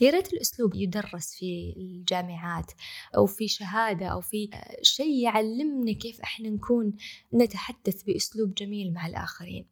يا ريت الأسلوب يدرس في الجامعات أو في شهادة أو في شيء يعلمنا كيف إحنا نكون نتحدث بأسلوب جميل مع الآخرين.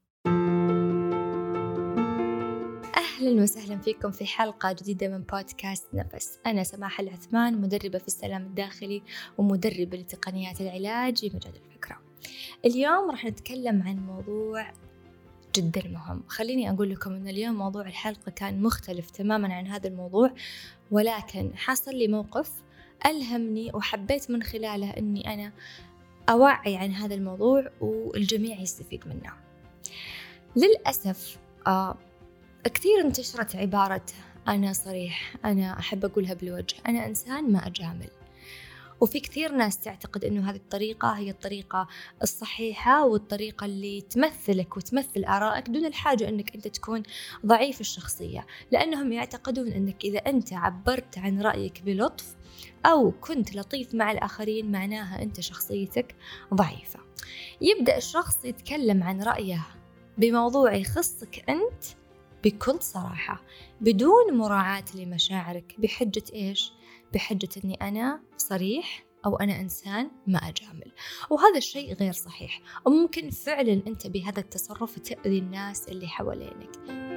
أهلا وسهلا فيكم في حلقة جديدة من بودكاست نفس. أنا سماح العثمان، مدربة في السلام الداخلي ومدربة لتقنيات العلاج في مجال الفكرة. اليوم راح نتكلم عن موضوع جدا مهم. خليني أقول لكم أن اليوم موضوع الحلقة كان مختلف تماما عن هذا الموضوع، ولكن حصل لي موقف ألهمني وحبيت من خلاله أني أنا أوعي عن هذا الموضوع والجميع يستفيد منه. للأسف كثير انتشرت عبارة أنا صريح، أنا أحب أقولها بالوجه، أنا إنسان ما أجامل. وفي كثير ناس تعتقد أنه هذه الطريقة هي الطريقة الصحيحة والطريقة اللي تمثلك وتمثل آرائك دون الحاجة أنك أنت تكون ضعيف الشخصية، لأنهم يعتقدون أنك إذا أنت عبرت عن رأيك بلطف أو كنت لطيف مع الآخرين معناها أنت شخصيتك ضعيفة. يبدأ الشخص يتكلم عن رأيه بموضوع يخصك أنت بكل صراحة بدون مراعاة لمشاعرك، بحجة إيش؟ بحجة أني أنا صريح أو أنا إنسان ما أجامل. وهذا الشيء غير صحيح، وممكن فعلا أنت بهذا التصرف تأذي الناس اللي حوالينك.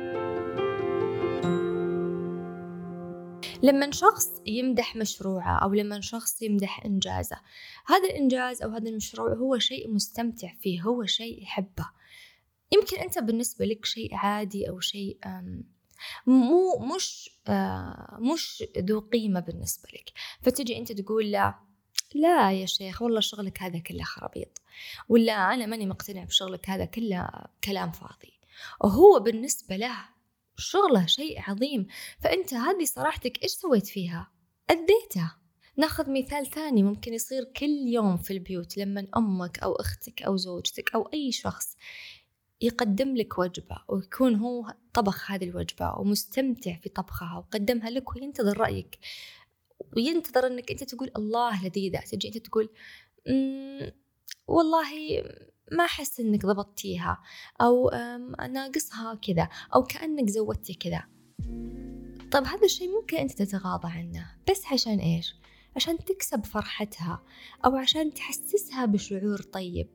لما شخص يمدح مشروعه أو لما شخص يمدح إنجازه، هذا الإنجاز أو هذا المشروع هو شيء مستمتع فيه، هو شيء يحبه. يمكن أنت بالنسبة لك شيء عادي أو شيء مش ذو قيمة بالنسبة لك، فتجي أنت تقول لا يا شيخ والله شغلك هذا كله خرابيط، ولا أنا ماني مقتنع بشغلك هذا كله كلام فاضي، وهو بالنسبة له شغله شيء عظيم. فأنت هذه صراحتك إيش سويت فيها؟ أديتها. ناخذ مثال ثاني ممكن يصير كل يوم في البيوت، لما أمك أو أختك أو زوجتك أو أي شخص يقدم لك وجبة ويكون هو طبخ هذه الوجبة ومستمتع في طبخها وقدمها لك وينتظر رأيك وينتظر أنك أنت تقول الله لذيذة، تجي أنت تقول والله ما أحس أنك ضبطتيها أو ناقصها كذا أو كأنك زودتي كذا. طب هذا الشيء ممكن أنت تتغاضى عنه بس عشان إيش؟ عشان تكسب فرحتها أو عشان تحسسها بشعور طيب،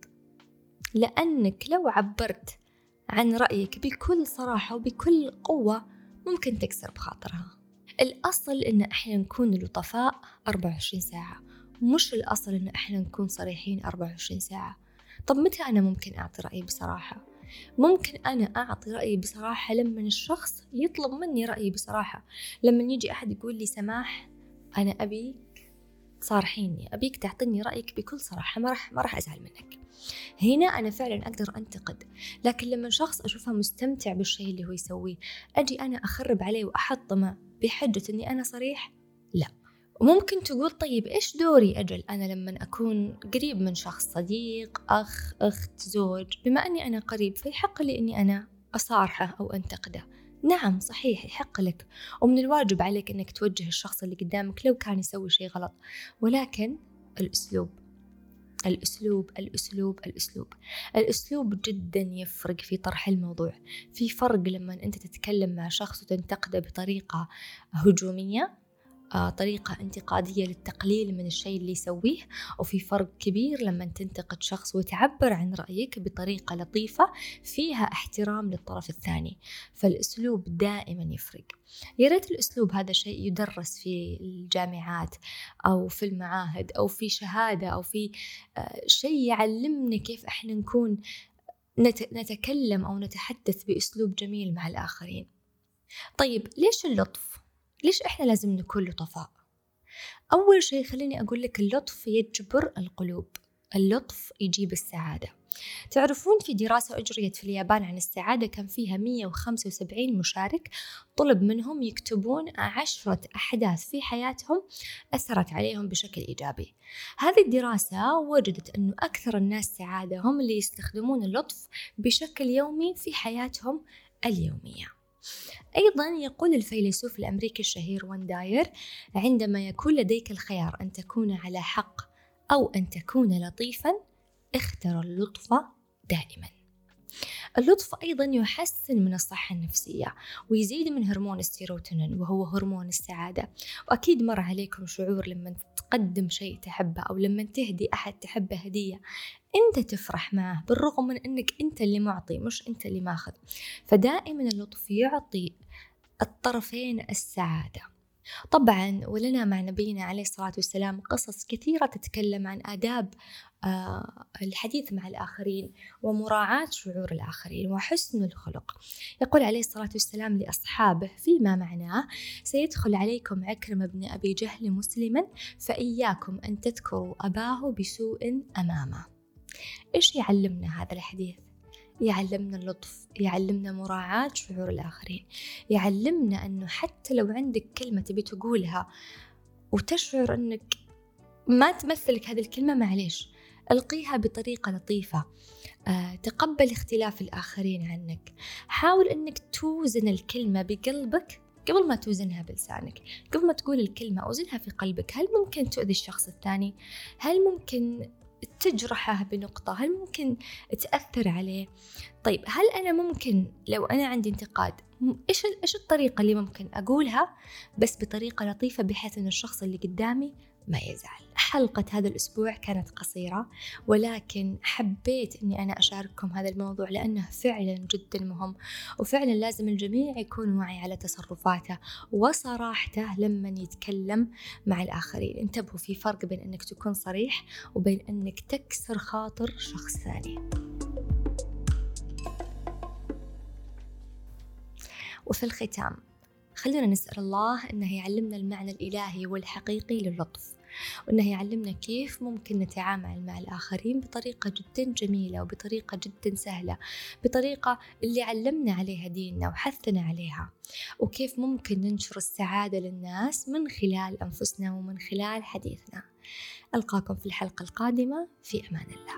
لأنك لو عبرت عن رأيك بكل صراحة وبكل قوة ممكن تكسر بخاطرها. الأصل إن إحنا نكون لطفاء 24 ساعة، مش الأصل إن إحنا نكون صريحين 24 ساعة. طب متى أنا ممكن أعطي رأيي بصراحة؟ ممكن أنا أعطي رأيي بصراحة لما الشخص يطلب مني رأيي بصراحة. لما يجي أحد يقول لي سماح أنا أبيك صارحيني، أبيك تعطيني رأيك بكل صراحة، ما راح أزعل منك، هنا أنا فعلا أقدر أنتقد. لكن لما شخص أشوفه مستمتع بالشيء اللي هو يسويه أجي أنا أخرب عليه وأحطمه بحجة أني أنا صريح؟ لا. وممكن تقول طيب إيش دوري؟ أجل أنا لما أكون قريب من شخص، صديق، أخ، أخت، زوج، بما أني أنا قريب فيحق لي أني أنا أصارحه أو أنتقده. نعم صحيح يحق لك، ومن الواجب عليك أنك توجه الشخص اللي قدامك لو كان يسوي شيء غلط، ولكن الأسلوب الأسلوب الأسلوب الأسلوب الأسلوب جدا يفرق في طرح الموضوع. في فرق لما أنت تتكلم مع شخص وتنتقده بطريقة هجومية، طريقة انتقادية للتقليل من الشيء اللي يسويه، وفي فرق كبير لما تنتقد شخص وتعبر عن رأيك بطريقة لطيفة فيها احترام للطرف الثاني. فالأسلوب دائما يفرق. يا ريت الأسلوب هذا شيء يدرس في الجامعات أو في المعاهد أو في شهادة أو في شيء يعلمنا كيف إحنا نكون نتكلم أو نتحدث بأسلوب جميل مع الآخرين. طيب ليش اللطف؟ ليش إحنا لازم نكون لطفاء؟ أول شيء خليني أقول لك اللطف يجبر القلوب، اللطف يجيب السعادة. تعرفون في دراسة أجريت في اليابان عن السعادة كان فيها 175 مشارك طلب منهم يكتبون 10 أحداث في حياتهم أثرت عليهم بشكل إيجابي. هذه الدراسة وجدت أنه أكثر الناس سعادة هم اللي يستخدمون اللطف بشكل يومي في حياتهم اليومية. أيضا يقول الفيلسوف الأمريكي الشهير وان داير: عندما يكون لديك الخيار أن تكون على حق أو أن تكون لطيفا اختر اللطف دائما. اللطف أيضا يحسن من الصحة النفسية ويزيد من هرمون السيروتونين وهو هرمون السعادة. وأكيد مر عليكم شعور لما تقدم شيء تحبه أو لما تهدي أحد تحبه هدية أنت تفرح معه بالرغم من أنك أنت اللي معطي مش أنت اللي ماخذ. فدائما اللطف يعطي الطرفين السعادة. طبعا ولنا مع نبينا عليه الصلاة والسلام قصص كثيرة تتكلم عن آداب الحديث مع الآخرين ومراعاة شعور الآخرين وحسن الخلق. يقول عليه الصلاة والسلام لأصحابه فيما معناه: سيدخل عليكم عكرمة بن أبي جهل مسلما فإياكم أن تذكروا أباه بسوء أمامه. إيش يعلمنا هذا الحديث؟ يعلمنا اللطف، يعلمنا مراعاة شعور الآخرين، يعلمنا أنه حتى لو عندك كلمة تبي تقولها وتشعر أنك ما تمثلك هذه الكلمة، معليش ألقيها بطريقة لطيفة. تقبل اختلاف الآخرين عنك. حاول أنك توزن الكلمة بقلبك قبل ما توزنها بلسانك. قبل ما تقول الكلمة أوزنها في قلبك. هل ممكن تؤذي الشخص الثاني؟ هل ممكن تجرحه بنقطة؟ هل ممكن تأثر عليه؟ طيب هل أنا ممكن لو أنا عندي انتقاد إيش الطريقة اللي ممكن أقولها بس بطريقة لطيفة بحيث أن الشخص اللي قدامي ما يزعل؟ حلقة هذا الأسبوع كانت قصيرة ولكن حبيت أني أنا أشارككم هذا الموضوع لأنه فعلا جدا مهم، وفعلا لازم الجميع يكون واعي على تصرفاته وصراحته لما يتكلم مع الآخرين. انتبهوا، في فرق بين أنك تكون صريح وبين أنك تكسر خاطر شخص ثاني. وفي الختام خلونا نسأل الله أنه يعلمنا المعنى الإلهي والحقيقي للطف، وأنه يعلمنا كيف ممكن نتعامل مع الآخرين بطريقة جدا جميلة وبطريقة جدا سهلة، بطريقة اللي علمنا عليها ديننا وحثنا عليها، وكيف ممكن ننشر السعادة للناس من خلال أنفسنا ومن خلال حديثنا. ألقاكم في الحلقة القادمة، في أمان الله.